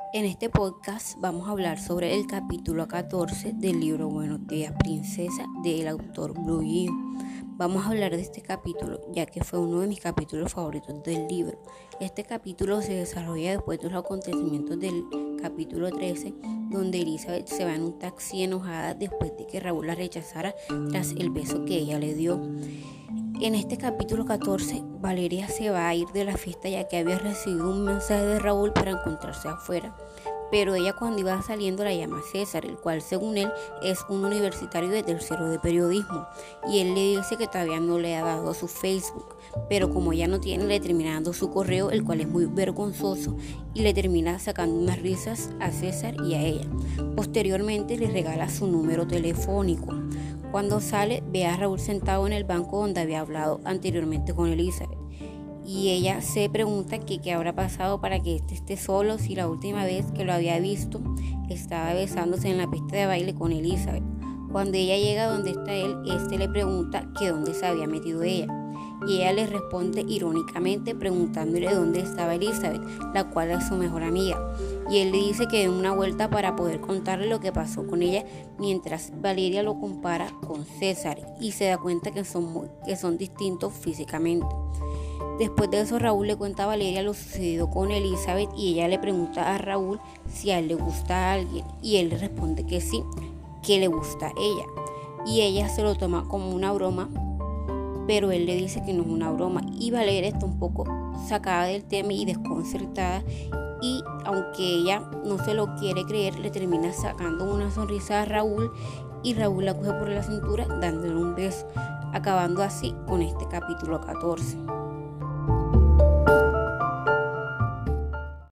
En este podcast vamos a hablar sobre el capítulo 14 del libro Buenos días, Princesa del autor Blue Jay. Vamos a hablar de este capítulo ya que fue uno de mis capítulos favoritos del libro. Este capítulo se desarrolla después de los acontecimientos del capítulo 13, donde Elizabeth se va en un taxi enojada después de que Raúl la rechazara tras el beso que ella le dio. En este capítulo 14, Valeria se va a ir de la fiesta ya que había recibido un mensaje de Raúl para encontrarse afuera. Pero ella cuando iba saliendo la llama a César, el cual según él es un universitario de tercero de periodismo. Y él le dice que todavía no le ha dado su Facebook, pero como ya no tiene, le termina dando su correo, el cual es muy vergonzoso, y le termina sacando unas risas a César y a ella. Posteriormente le regala su número telefónico. Cuando sale, ve a Raúl sentado en el banco donde había hablado anteriormente con Elizabeth. Y ella se pregunta que qué habrá pasado para que esté solo si la última vez que lo había visto estaba besándose en la pista de baile con Elizabeth. Cuando ella llega donde está él, le pregunta que dónde se había metido ella. Y ella le responde irónicamente preguntándole dónde estaba Elizabeth, la cual es su mejor amiga. Y él le dice que dé una vuelta para poder contarle lo que pasó con ella, mientras Valeria lo compara con César y se da cuenta que son distintos físicamente. Después de eso, Raúl le cuenta a Valeria lo sucedido con Elizabeth y ella le pregunta a Raúl si a él le gusta a alguien y él le responde que sí, que le gusta a ella. Y ella se lo toma como una broma, pero él le dice que no es una broma y Valeria está un poco sacada del tema y desconcertada, y aunque ella no se lo quiere creer, le termina sacando una sonrisa a Raúl y Raúl la coge por la cintura dándole un beso, acabando así con este capítulo 14.